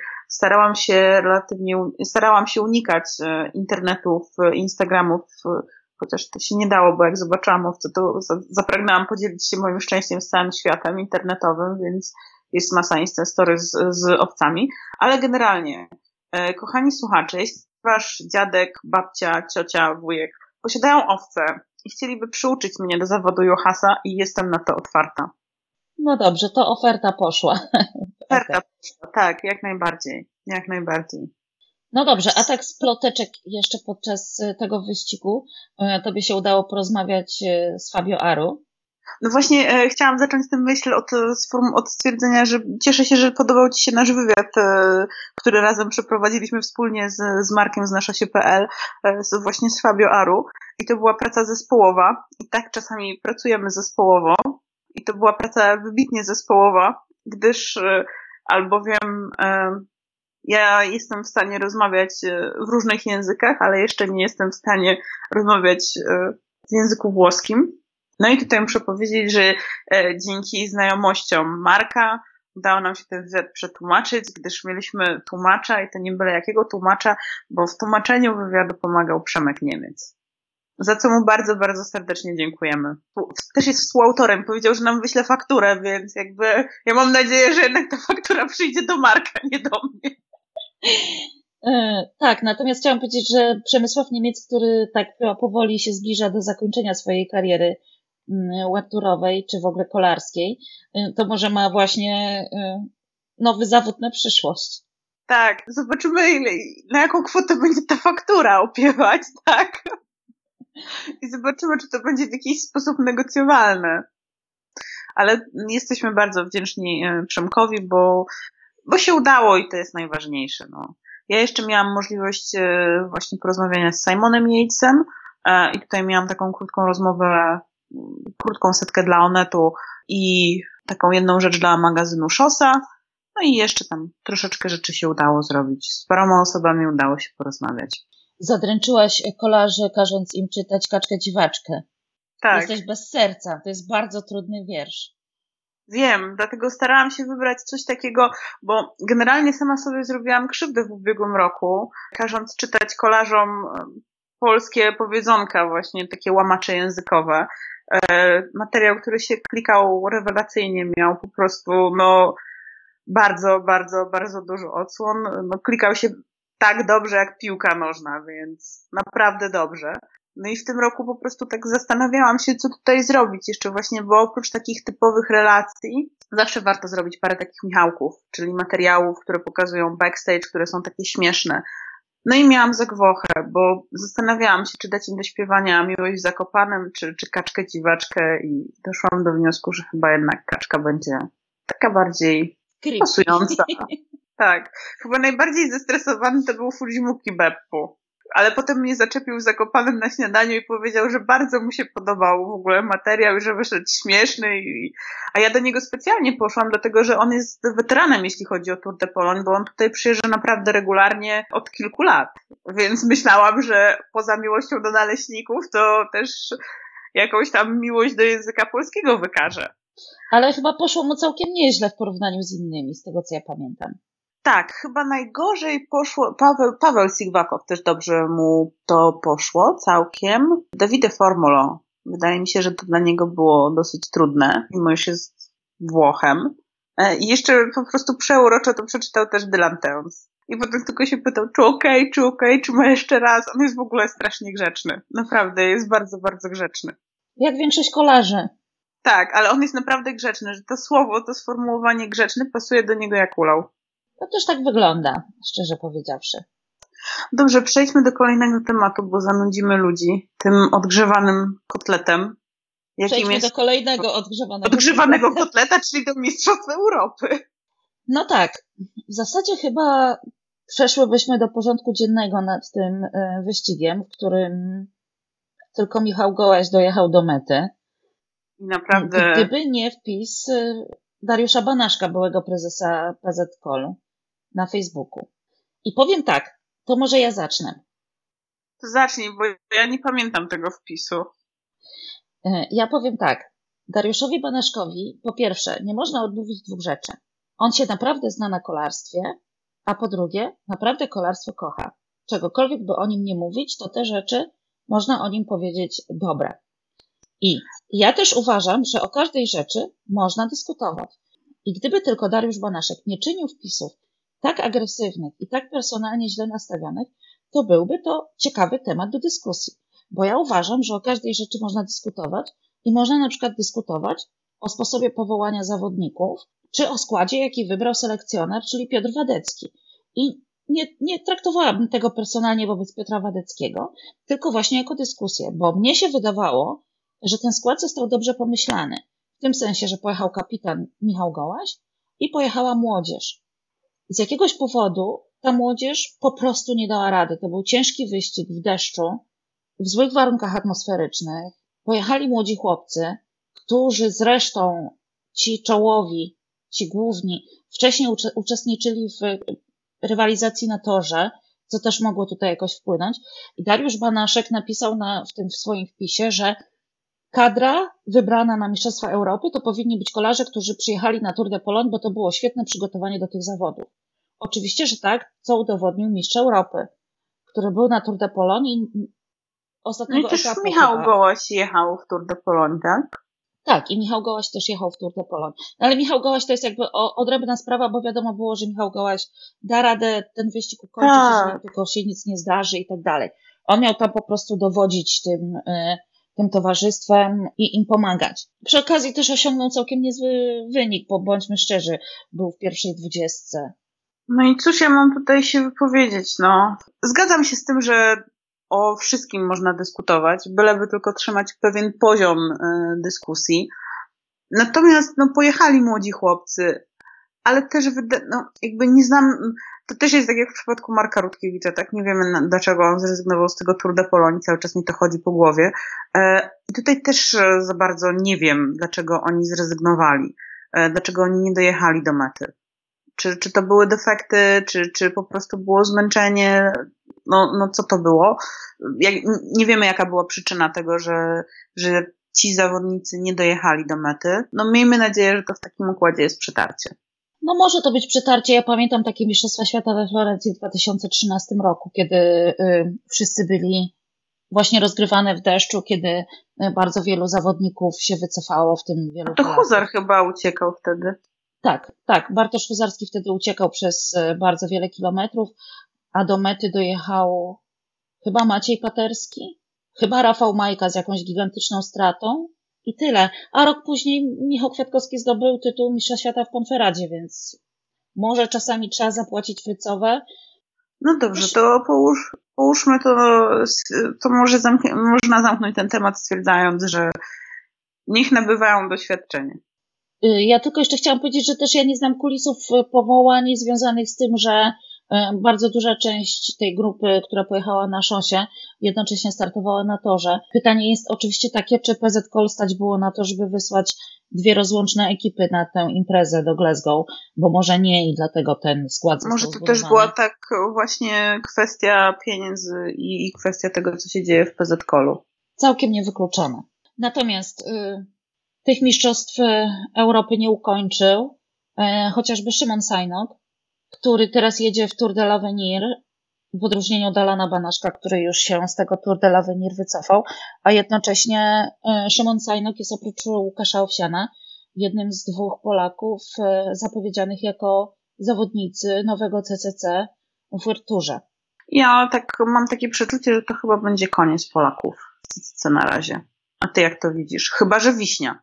starałam się unikać internetów, Instagramów, chociaż to się nie dało, bo jak zobaczyłam owce, to zapragnęłam podzielić się moim szczęściem z całym światem internetowym, więc jest masa Instastory z owcami, ale generalnie, kochani słuchacze, jeśli wasz dziadek, babcia, ciocia, wujek posiadają owce i chcieliby przyuczyć mnie do zawodu Johasa i jestem na to otwarta. No dobrze, to oferta poszła. Oferta poszła, tak, jak najbardziej. No dobrze, a tak z ploteczek jeszcze podczas tego wyścigu tobie się udało porozmawiać z Fabio Aru. No właśnie chciałam zacząć tę myśl od stwierdzenia, że cieszę się, że podobał ci się nasz wywiad, który razem przeprowadziliśmy wspólnie z Markiem z naszasie.pl, właśnie z Fabio Aru. I to była praca zespołowa. I tak czasami pracujemy zespołowo. I to była praca wybitnie zespołowa, gdyż albowiem ja jestem w stanie rozmawiać w różnych językach, ale jeszcze nie jestem w stanie rozmawiać w języku włoskim. No i tutaj muszę powiedzieć, że dzięki znajomościom Marka udało nam się ten wywiad przetłumaczyć, gdyż mieliśmy tłumacza i to nie byle jakiego tłumacza, bo w tłumaczeniu wywiadu pomagał Przemek Niemiec. za co mu bardzo, bardzo serdecznie dziękujemy. Też jest współautorem, powiedział, że nam wyśle fakturę, więc jakby ja mam nadzieję, że jednak ta faktura przyjdzie do Marka, nie do mnie. Tak, natomiast chciałam powiedzieć, że Przemysław Niemiec, który tak powoli się zbliża do zakończenia swojej kariery ładturowej, czy w ogóle kolarskiej, to może ma właśnie nowy zawód na przyszłość. Tak, zobaczymy na jaką kwotę będzie ta faktura opiewać, tak? I zobaczymy, czy to będzie w jakiś sposób negocjowalne. Ale jesteśmy bardzo wdzięczni Przemkowi, bo się udało i to jest najważniejsze. No. Ja jeszcze miałam możliwość właśnie porozmawiania z Simonem Yatesem i tutaj miałam taką krótką rozmowę, krótką setkę dla Onetu i taką jedną rzecz dla magazynu Szosa. No i jeszcze tam troszeczkę rzeczy się udało zrobić. Z paroma osobami udało się porozmawiać. Zadręczyłaś kolarzy, każąc im czytać Kaczkę Dziwaczkę. Tak. Jesteś bez serca. To jest bardzo trudny wiersz. Wiem, dlatego starałam się wybrać coś takiego, bo generalnie sama sobie zrobiłam krzywdę w ubiegłym roku, każąc czytać kolarzom polskie powiedzonka, właśnie takie łamacze językowe. Materiał, który się klikał rewelacyjnie, miał po prostu bardzo, bardzo, bardzo dużo odsłon. Klikał się tak dobrze jak piłka nożna, więc naprawdę dobrze. No i w tym roku po prostu tak zastanawiałam się, co tutaj zrobić jeszcze właśnie, bo oprócz takich typowych relacji zawsze warto zrobić parę takich Michałków, czyli materiałów, które pokazują backstage, które są takie śmieszne. No i miałam zagwochę, bo zastanawiałam się, czy dać im do śpiewania Miłość w Zakopanem, czy Kaczkę Dziwaczkę i doszłam do wniosku, że chyba jednak Kaczka będzie taka bardziej pasująca. Tak. Chyba najbardziej zestresowany to był Fujimuki Beppu. Ale potem mnie zaczepił w Zakopanem na śniadaniu i powiedział, że bardzo mu się podobał w ogóle materiał i że wyszedł śmieszny. A ja do niego specjalnie poszłam, dlatego że on jest weteranem, jeśli chodzi o Tour de Pologne, bo on tutaj przyjeżdża naprawdę regularnie od kilku lat. Więc myślałam, że poza miłością do naleśników, to też jakąś tam miłość do języka polskiego wykaże. Ale chyba poszło mu całkiem nieźle w porównaniu z innymi, z tego co ja pamiętam. Tak, chyba najgorzej poszło, Paweł Sigwakow też dobrze mu to poszło całkiem. Davide Formolo, wydaje mi się, że to dla niego było dosyć trudne, mimo że jest Włochem. I jeszcze po prostu przeuroczo to przeczytał też Dylan Teuns. I potem tylko się pytał, czy ma jeszcze raz. On jest w ogóle strasznie grzeczny. Naprawdę, jest bardzo, bardzo grzeczny. Jak większość kolarzy. Tak, ale on jest naprawdę grzeczny, że to słowo, to sformułowanie grzeczny pasuje do niego jak ulał. To też tak wygląda, szczerze powiedziawszy. Dobrze, przejdźmy do kolejnego tematu, bo zanudzimy ludzi tym odgrzewanym kotletem. Przejdźmy do kolejnego odgrzewanego kotleta, czyli do Mistrzostw Europy. No tak, w zasadzie chyba przeszłybyśmy do porządku dziennego nad tym wyścigiem, w którym tylko Michał Gołaś dojechał do mety. I naprawdę... Gdyby nie wpis Dariusza Banaszka, byłego prezesa PZKOL-u na Facebooku. I powiem tak, to może ja zacznę. To zacznij, bo ja nie pamiętam tego wpisu. Ja powiem tak, Dariuszowi Banaszkowi po pierwsze nie można odmówić dwóch rzeczy. On się naprawdę zna na kolarstwie, a po drugie naprawdę kolarstwo kocha. Czegokolwiek by o nim nie mówić, to te rzeczy można o nim powiedzieć dobre. I ja też uważam, że o każdej rzeczy można dyskutować. I gdyby tylko Dariusz Banaszek nie czynił wpisów tak agresywnych i tak personalnie źle nastawionych, to byłby to ciekawy temat do dyskusji. Bo ja uważam, że o każdej rzeczy można dyskutować i można na przykład dyskutować o sposobie powołania zawodników, czy o składzie, jaki wybrał selekcjoner, czyli Piotr Wadecki. I nie traktowałabym tego personalnie wobec Piotra Wadeckiego, tylko właśnie jako dyskusję, bo mnie się wydawało, że ten skład został dobrze pomyślany. W tym sensie, że pojechał kapitan Michał Gołaś i pojechała młodzież. Z jakiegoś powodu ta młodzież po prostu nie dała rady. To był ciężki wyścig w deszczu, w złych warunkach atmosferycznych. Pojechali młodzi chłopcy, którzy zresztą ci czołowi, ci główni, wcześniej uczestniczyli w rywalizacji na torze, co też mogło tutaj jakoś wpłynąć. I Dariusz Banaszek napisał w swoim wpisie, że kadra wybrana na Mistrzostwa Europy to powinni być kolarze, którzy przyjechali na Tour de Pologne, bo to było świetne przygotowanie do tych zawodów. Oczywiście, że tak, co udowodnił mistrz Europy, który był na Tour de Pologne i No i ostatniego też etapu Michał chyba. Gołaś jechał w Tour de Pologne, tak? Tak, i Michał Gołaś też jechał w Tour de Pologne. No, ale Michał Gołaś to jest jakby odrębna sprawa, bo wiadomo było, że Michał Gołaś da radę ten wyścig ukończyć, jeżeli Tak. tylko się nic nie zdarzy i tak dalej. On miał tam po prostu dowodzić tym towarzystwem i im pomagać. Przy okazji też osiągnął całkiem niezły wynik, bo bądźmy szczerzy, był w pierwszej 20. No i cóż ja mam tutaj się wypowiedzieć, no. Zgadzam się z tym, że o wszystkim można dyskutować, byleby tylko trzymać pewien poziom dyskusji. Natomiast no, pojechali młodzi chłopcy, ale też jakby nie znam, to też jest tak jak w przypadku Marka Rutkiewicza, tak? Nie wiemy dlaczego on zrezygnował z tego Tour de Pologne, cały czas mi to chodzi po głowie. I tutaj też za bardzo nie wiem, dlaczego oni zrezygnowali, dlaczego oni nie dojechali do mety. Czy to były defekty, czy po prostu było zmęczenie, no co to było? Nie wiemy jaka była przyczyna tego, że ci zawodnicy nie dojechali do mety. No miejmy nadzieję, że to w takim układzie jest przetarcie. No może to być przetarcie. Ja pamiętam takie Mistrzostwa Świata we Florencji w 2013 roku, kiedy wszyscy byli właśnie rozgrywane w deszczu, kiedy bardzo wielu zawodników się wycofało, w tym wielu To Polaków. Huzar chyba uciekał wtedy. Tak. Bartosz Huzarski wtedy uciekał przez bardzo wiele kilometrów, a do mety dojechał chyba Maciej Paterski, chyba Rafał Majka z jakąś gigantyczną stratą i tyle. A rok później Michał Kwiatkowski zdobył tytuł Mistrza Świata w Ponferadzie, więc może czasami trzeba zapłacić wycowe. No dobrze, to połóżmy to może można zamknąć ten temat stwierdzając, że niech nabywają doświadczenie. Ja tylko jeszcze chciałam powiedzieć, że też ja nie znam kulisów powołań związanych z tym, że bardzo duża część tej grupy, która pojechała na szosie, jednocześnie startowała na torze. Pytanie jest oczywiście takie, czy PZCOL stać było na to, żeby wysłać 2 rozłączne ekipy na tę imprezę do Glasgow, bo może nie i dlatego ten skład został Może to zbudowany. też była tak właśnie kwestia pieniędzy i kwestia tego, co się dzieje w PZCOL-u. Całkiem niewykluczone. Natomiast tych mistrzostw Europy nie ukończył chociażby Szymon Sajnok, który teraz jedzie w Tour de l'Avenir, w odróżnieniu od Alana Banaszka, który już się z tego Tour de l'Avenir wycofał, a jednocześnie Szymon Sajnok jest oprócz Łukasza Owsiana jednym z 2 Polaków zapowiedzianych jako zawodnicy nowego CCC w World Tourze. Ja tak mam takie przeczucie, że to chyba będzie koniec Polaków w CCC na razie. A ty jak to widzisz? Chyba, że Wiśnia.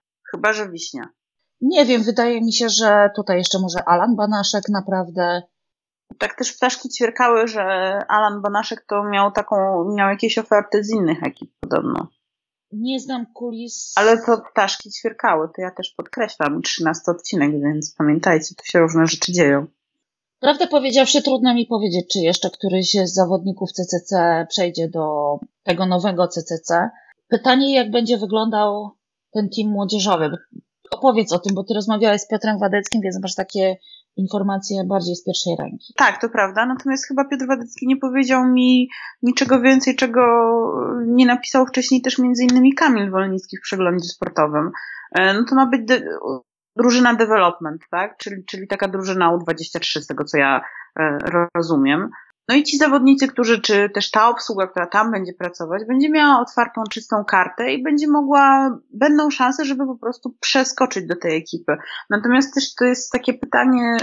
Nie wiem, wydaje mi się, że tutaj jeszcze może Alan Banaszek naprawdę. Tak też ptaszki ćwierkały, że Alan Banaszek to miał jakieś oferty z innych ekip podobno. Nie znam kulis. Ale to ptaszki ćwierkały, to ja też podkreślam. 13 odcinek, więc pamiętajcie, tu się różne rzeczy dzieją. Prawdę powiedziawszy, trudno mi powiedzieć, czy jeszcze któryś z zawodników CCC przejdzie do tego nowego CCC. Pytanie, jak będzie wyglądał ten team młodzieżowy. Opowiedz o tym, bo ty rozmawiałeś z Piotrem Wadeckim, więc masz takie informacje bardziej z pierwszej ręki. Tak, to prawda, natomiast chyba Piotr Wadecki nie powiedział mi niczego więcej, czego nie napisał wcześniej też między innymi Kamil Wolnicki w przeglądzie sportowym. No to ma być drużyna development, tak? Czyli taka drużyna U23, z tego co ja rozumiem. No i ci zawodnicy, czy też ta obsługa, która tam będzie pracować, będzie miała otwartą, czystą kartę i będą szanse, żeby po prostu przeskoczyć do tej ekipy. Natomiast też to jest takie pytanie,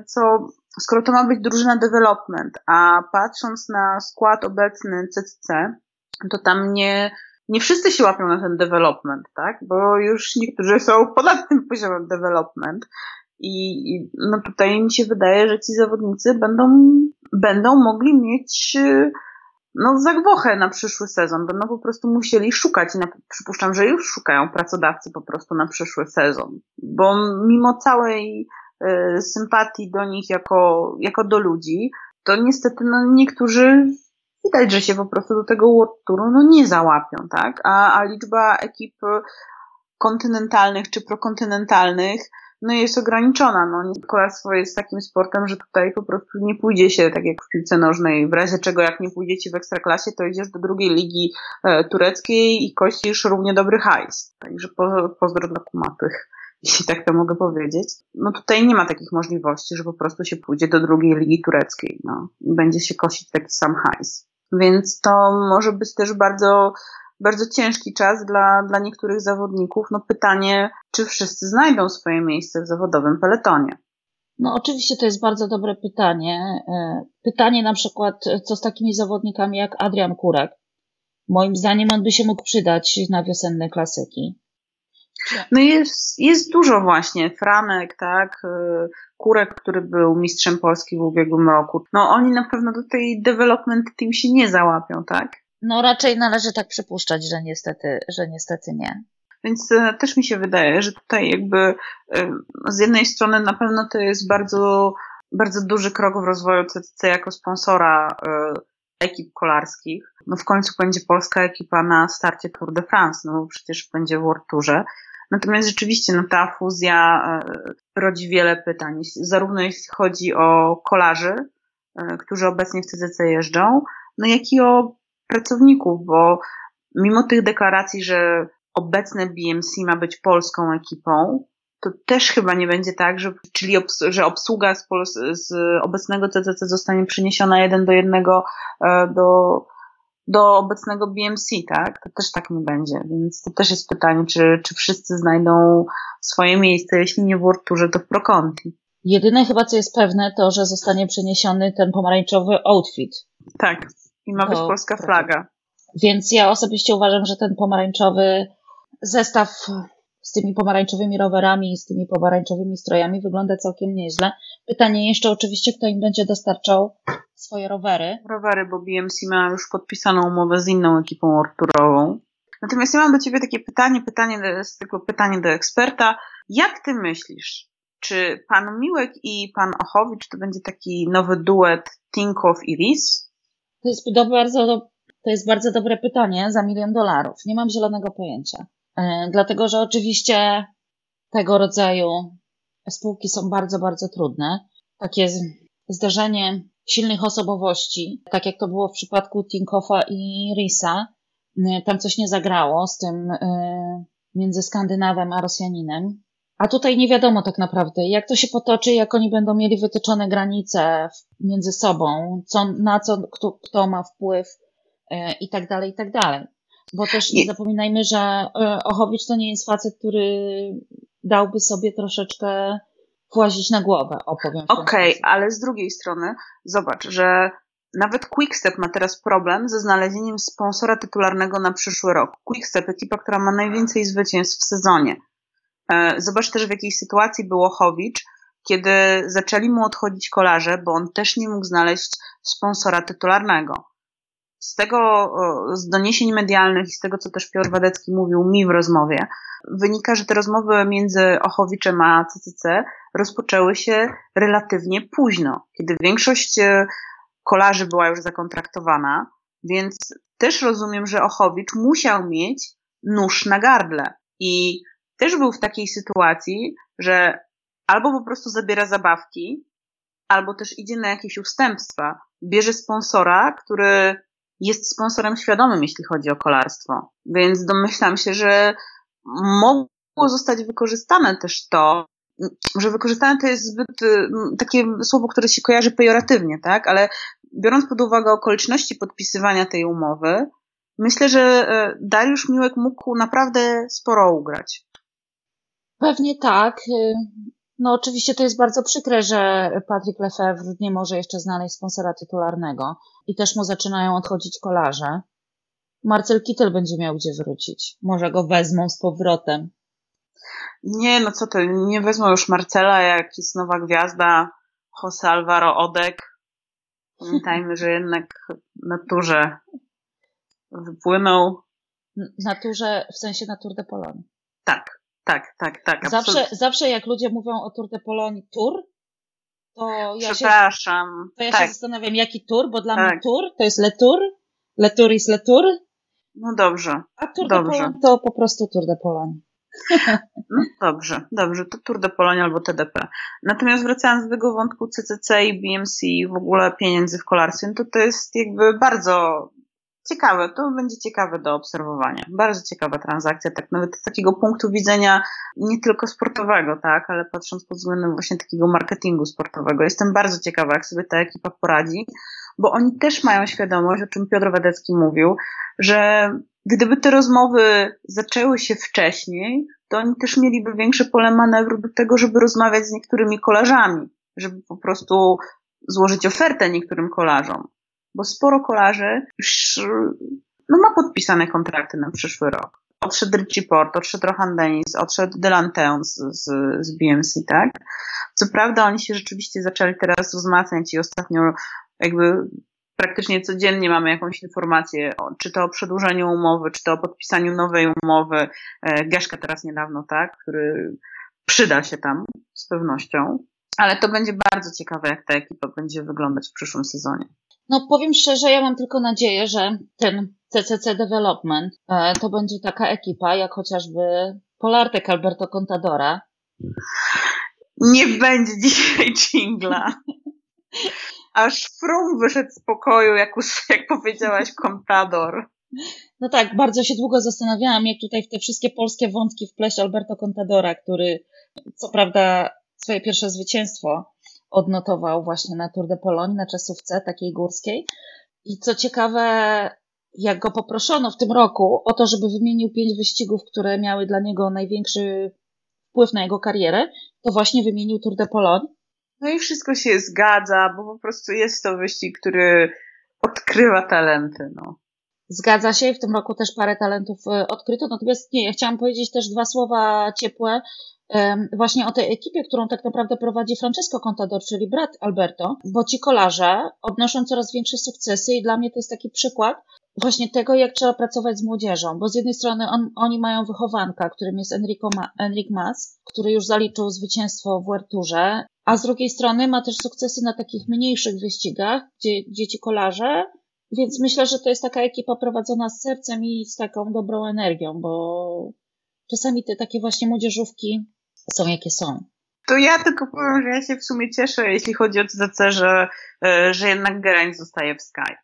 skoro to ma być drużyna development, a patrząc na skład obecny CCC, to tam nie wszyscy się łapią na ten development, tak? Bo już niektórzy są ponad tym poziomem development. I no tutaj mi się wydaje, że ci zawodnicy będą mogli mieć zagwochę na przyszły sezon. Będą po prostu musieli szukać i przypuszczam, że już szukają pracodawcy po prostu na przyszły sezon. Bo mimo całej sympatii do nich jako do ludzi, to niestety niektórzy widać, że się po prostu do tego World Touru nie załapią, tak? A liczba ekip kontynentalnych czy prokontynentalnych jest ograniczona. Kolarstwo jest takim sportem, że tutaj po prostu nie pójdzie się tak jak w piłce nożnej. W razie czego jak nie pójdzie ci w Ekstraklasie, to idziesz do drugiej ligi tureckiej i kościsz równie dobry hajs. Także pozdro dla kumatych, jeśli tak to mogę powiedzieć. Tutaj nie ma takich możliwości, że po prostu się pójdzie do drugiej ligi tureckiej. I będzie się kosić taki sam hajs. Więc to może być też bardzo, bardzo ciężki czas dla niektórych zawodników. No pytanie, czy wszyscy znajdą swoje miejsce w zawodowym peletonie? No oczywiście to jest bardzo dobre pytanie. Pytanie na przykład, co z takimi zawodnikami jak Adrian Kurek? Moim zdaniem on by się mógł przydać na wiosenne klasyki. No jest dużo właśnie. Franek, tak, Kurek, który był mistrzem Polski w ubiegłym roku. No oni na pewno do tej development team się nie załapią, tak? No raczej należy tak przypuszczać, że niestety nie. Więc też mi się wydaje, że tutaj jakby z jednej strony na pewno to jest bardzo, bardzo duży krok w rozwoju CCC jako sponsora ekip kolarskich. No w końcu będzie polska ekipa na starcie Tour de France, no bo przecież będzie w World Tourze. Natomiast rzeczywiście no ta fuzja rodzi wiele pytań, zarówno jeśli chodzi o kolarzy, którzy obecnie w CCC jeżdżą, no jak i o pracowników, bo mimo tych deklaracji, że obecne BMC ma być polską ekipą, to też chyba nie będzie tak, że obsługa z obecnego CCC zostanie przeniesiona 1:1 do obecnego BMC, tak? To też tak nie będzie, więc to też jest pytanie, czy wszyscy znajdą swoje miejsce, jeśli nie w World Tourze, to w Pro Conti. Jedyne chyba, co jest pewne, to, że zostanie przeniesiony ten pomarańczowy outfit. Tak, i ma być polska flaga. Więc ja osobiście uważam, że ten pomarańczowy zestaw z tymi pomarańczowymi rowerami i z tymi pomarańczowymi strojami wygląda całkiem nieźle. Pytanie jeszcze oczywiście, kto im będzie dostarczał swoje rowery. Rowery, bo BMC ma już podpisaną umowę z inną ekipą World Tourową. Natomiast ja mam do Ciebie takie pytanie do eksperta. Jak Ty myślisz, czy pan Miłek i pan Ochowicz to będzie taki nowy duet Tinkoff i Ries? To jest bardzo dobre pytanie za $1 milion. Nie mam zielonego pojęcia. Dlatego, że oczywiście tego rodzaju spółki są bardzo, bardzo trudne. Takie zderzenie silnych osobowości, tak jak to było w przypadku Tinkoffa i Riesa, tam coś nie zagrało z tym między Skandynawem a Rosjaninem. A tutaj nie wiadomo tak naprawdę, jak to się potoczy, jak oni będą mieli wytyczone granice między sobą, na co kto ma wpływ i tak dalej, i tak dalej. Bo też nie zapominajmy, że Ochowicz to nie jest facet, który dałby sobie troszeczkę włazić na głowę, opowiem. Okej, ale z drugiej strony zobacz, że nawet Quickstep ma teraz problem ze znalezieniem sponsora tytularnego na przyszły rok. Quickstep, ekipa, która ma najwięcej zwycięstw w sezonie. Zobacz też, w jakiej sytuacji był Ochowicz, kiedy zaczęli mu odchodzić kolarze, bo on też nie mógł znaleźć sponsora tytularnego. Z doniesień medialnych i z tego, co też Piotr Wadecki mówił mi w rozmowie, wynika, że te rozmowy między Ochowiczem a CCC rozpoczęły się relatywnie późno, kiedy większość kolarzy była już zakontraktowana, więc też rozumiem, że Ochowicz musiał mieć nóż na gardle i też był w takiej sytuacji, że albo po prostu zabiera zabawki, albo też idzie na jakieś ustępstwa, bierze sponsora, który jest sponsorem świadomym, jeśli chodzi o kolarstwo. Więc domyślam się, że mogło zostać wykorzystane też to, że wykorzystane to jest zbyt takie słowo, które się kojarzy pejoratywnie, tak? Ale biorąc pod uwagę okoliczności podpisywania tej umowy, myślę, że Dariusz Miłek mógł naprawdę sporo ugrać. Pewnie tak. No oczywiście to jest bardzo przykre, że Patrick Lefevre nie może jeszcze znaleźć sponsora tytularnego i też mu zaczynają odchodzić kolarze. Marcel Kittel będzie miał gdzie wrócić. Może go wezmą z powrotem. Nie, no co ty, nie wezmą już Marcela, jak jest nowa gwiazda, Jose Alvaro Odek. Pamiętajmy, że jednak na Tourze wypłynął. Na Tourze, w sensie na Tour de Pologne. Tak. Zawsze jak ludzie mówią o Tour de Pologne Tour, to ja się zastanawiam, jaki Tour, bo dla mnie Tour to jest Le Tour is Le Tour. No dobrze. A Tour de Pologne to po prostu Tour de Pologne. No dobrze, to Tour de Pologne albo TDP. Natomiast wracając do tego wątku CCC i BMC i w ogóle pieniędzy w kolarstwie, to jest jakby bardzo ciekawe, to będzie ciekawe do obserwowania. Bardzo ciekawa transakcja, tak nawet z takiego punktu widzenia nie tylko sportowego, tak, ale patrząc pod względem właśnie takiego marketingu sportowego. Jestem bardzo ciekawa, jak sobie ta ekipa poradzi, bo oni też mają świadomość, o czym Piotr Wadecki mówił, że gdyby te rozmowy zaczęły się wcześniej, to oni też mieliby większe pole manewru do tego, żeby rozmawiać z niektórymi kolarzami, żeby po prostu złożyć ofertę niektórym kolarzom. Bo sporo kolarzy już ma podpisane kontrakty na przyszły rok. Odszedł Richie Port, odszedł Rohan Dennis, odszedł Dylan Teuns z BMC, tak? Co prawda oni się rzeczywiście zaczęli teraz wzmacniać i ostatnio jakby praktycznie codziennie mamy jakąś informację, czy to o przedłużeniu umowy, czy to o podpisaniu nowej umowy. Geszka teraz niedawno, tak? Który przyda się tam z pewnością. Ale to będzie bardzo ciekawe, jak ta ekipa będzie wyglądać w przyszłym sezonie. No powiem szczerze, ja mam tylko nadzieję, że ten CCC Development to będzie taka ekipa, jak chociażby Polartek Alberto Contadora. Nie będzie dzisiaj dżingla. Aż Frum wyszedł z pokoju, jak powiedziałaś, Contador. No tak, bardzo się długo zastanawiałam, jak tutaj w te wszystkie polskie wątki wpleść Alberto Contadora, który co prawda swoje pierwsze zwycięstwo odnotował właśnie na Tour de Pologne, na czasówce takiej górskiej. I co ciekawe, jak go poproszono w tym roku o to, żeby wymienił 5 wyścigów, które miały dla niego największy wpływ na jego karierę, to właśnie wymienił Tour de Pologne. No i wszystko się zgadza, bo po prostu jest to wyścig, który odkrywa talenty, no. Zgadza się, w tym roku też parę talentów odkryto, natomiast nie, ja chciałam powiedzieć też 2 słowa ciepłe właśnie o tej ekipie, którą tak naprawdę prowadzi Francesco Contador, czyli brat Alberto, bo ci kolarze odnoszą coraz większe sukcesy i dla mnie to jest taki przykład właśnie tego, jak trzeba pracować z młodzieżą, bo z jednej strony oni mają wychowanka, którym jest Enric Mas, który już zaliczył zwycięstwo w World Tourze, a z drugiej strony ma też sukcesy na takich mniejszych wyścigach, gdzie ci kolarze. Więc myślę, że to jest taka ekipa prowadzona z sercem i z taką dobrą energią, bo czasami te takie właśnie młodzieżówki są jakie są. To ja tylko powiem, że ja się w sumie cieszę, jeśli chodzi o CCC, że jednak Geraint zostaje w Sky.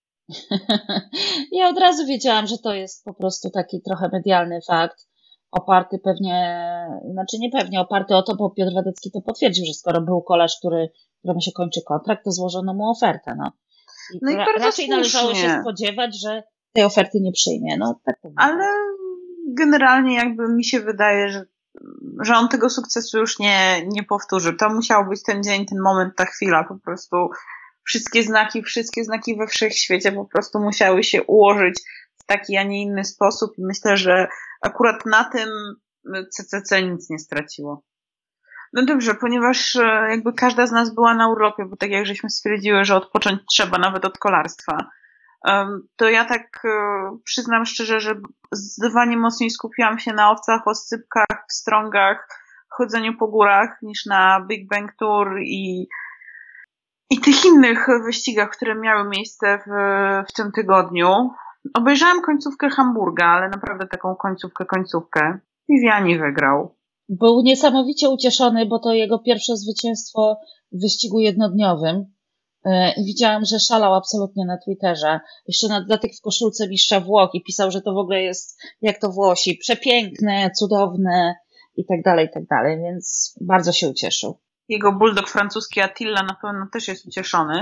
Ja od razu wiedziałam, że to jest po prostu taki trochę medialny fakt, oparty pewnie, znaczy nie pewnie, oparty o to, bo Piotr Wadecki to potwierdził, że skoro był kolarz, któremu się kończy kontrakt, to złożono mu ofertę, no. No i bardzo raczej słusznie. Należało się spodziewać, że tej oferty nie przyjmie. No, tak to ale generalnie jakby mi się wydaje, że on tego sukcesu już nie powtórzy. To musiał być ten dzień, ten moment, ta chwila. Po prostu wszystkie znaki we wszechświecie po prostu musiały się ułożyć w taki, a nie inny sposób. I myślę, że akurat na tym CCC nic nie straciło. No dobrze, ponieważ jakby każda z nas była na urlopie, bo tak jak żeśmy stwierdziły, że odpocząć trzeba nawet od kolarstwa, to ja tak przyznam szczerze, że zdecydowanie mocniej skupiłam się na owcach, oscypkach, pstrągach, chodzeniu po górach niż na Big Bang Tour i tych innych wyścigach, które miały miejsce w tym tygodniu. Obejrzałam końcówkę Hamburga, ale naprawdę taką końcówkę. Viviani wygrał. Był niesamowicie ucieszony, bo to jego pierwsze zwycięstwo w wyścigu jednodniowym. I widziałam, że szalał absolutnie na Twitterze. Jeszcze na dodatek w koszulce mistrza Włoch i pisał, że to w ogóle jest jak to Włosi, przepiękne, cudowne i tak dalej, więc bardzo się ucieszył. Jego bulldog francuski Attila na pewno też jest ucieszony.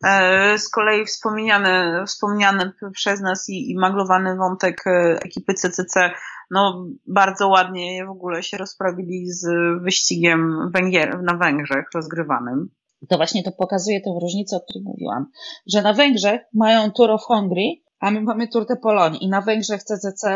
Z kolei wspomniany przez nas i maglowany wątek ekipy CCC, no bardzo ładnie w ogóle się rozprawili z wyścigiem na Węgrzech rozgrywanym. To właśnie to pokazuje tę różnicę, o której mówiłam, że na Węgrzech mają Tour of Hungary, a my mamy Tour de Pologne i na Węgrzech CCC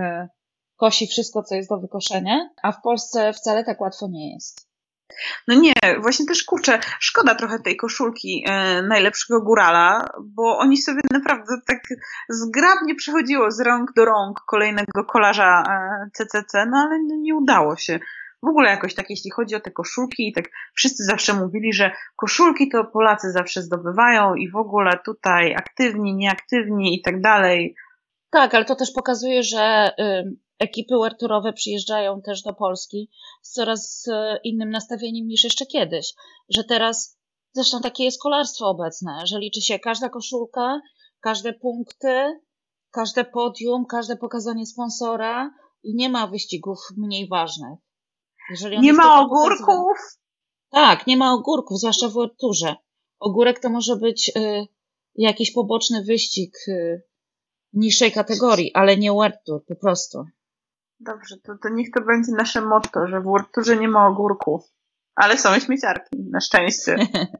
kosi wszystko, co jest do wykoszenia, a w Polsce wcale tak łatwo nie jest. No nie, właśnie też kurczę, szkoda trochę tej koszulki najlepszego górala, bo oni sobie naprawdę tak zgrabnie przechodziło z rąk do rąk kolejnego kolarza CCC, no ale nie udało się. W ogóle jakoś tak, jeśli chodzi o te koszulki, i tak wszyscy zawsze mówili, że koszulki to Polacy zawsze zdobywają i w ogóle tutaj aktywni, nieaktywni i tak dalej. Tak, ale to też pokazuje, że ekipy World Tourowe przyjeżdżają też do Polski z coraz innym nastawieniem niż jeszcze kiedyś. Że teraz, zresztą takie jest kolarstwo obecne, że liczy się każda koszulka, każde punkty, każde podium, każde pokazanie sponsora i nie ma wyścigów mniej ważnych. Nie ma ogórków? Tak, nie ma ogórków, zwłaszcza w World Tourze. Ogórek to może być jakiś poboczny wyścig niższej kategorii, ale nie World Tour, po prostu. Dobrze, to niech to będzie nasze motto, że w World Tourze nie ma ogórków. Ale są śmieciarki, na szczęście.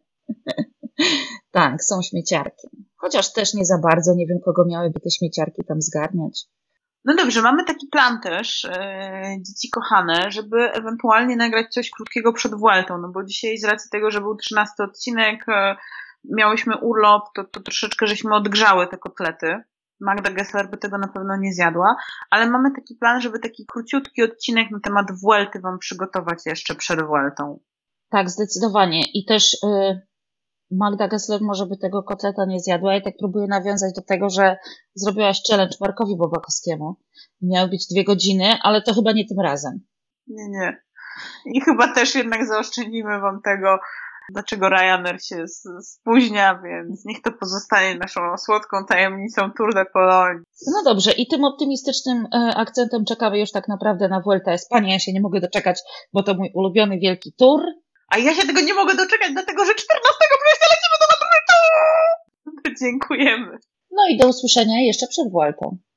Tak, są śmieciarki. Chociaż też nie za bardzo, nie wiem kogo miałyby te śmieciarki tam zgarniać. No dobrze, mamy taki plan też, dzieci kochane, żeby ewentualnie nagrać coś krótkiego przed Vueltą, no bo dzisiaj z racji tego, że był 13 odcinek, miałyśmy urlop, to troszeczkę żeśmy odgrzały te kotlety. Magda Gessler by tego na pewno nie zjadła, ale mamy taki plan, żeby taki króciutki odcinek na temat Vuelty wam przygotować jeszcze przed Vueltą. Tak, zdecydowanie. I też Magda Gessler może by tego kotleta nie zjadła i tak próbuję nawiązać do tego, że zrobiłaś challenge Markowi Bobakowskiemu. Miały być 2 godziny, ale to chyba nie tym razem. Nie. I chyba też jednak zaoszczędzimy wam tego, dlaczego Ryanair się spóźnia, więc niech to pozostanie naszą słodką tajemnicą Tour de Pologne. No dobrze, i tym optymistycznym akcentem czekamy już tak naprawdę na Vuelta a España. Ja się nie mogę doczekać, bo to mój ulubiony wielki tour. A ja się tego nie mogę doczekać, dlatego że 14 września lecimy do Madrytu! Dziękujemy. No i do usłyszenia jeszcze przed Vueltą.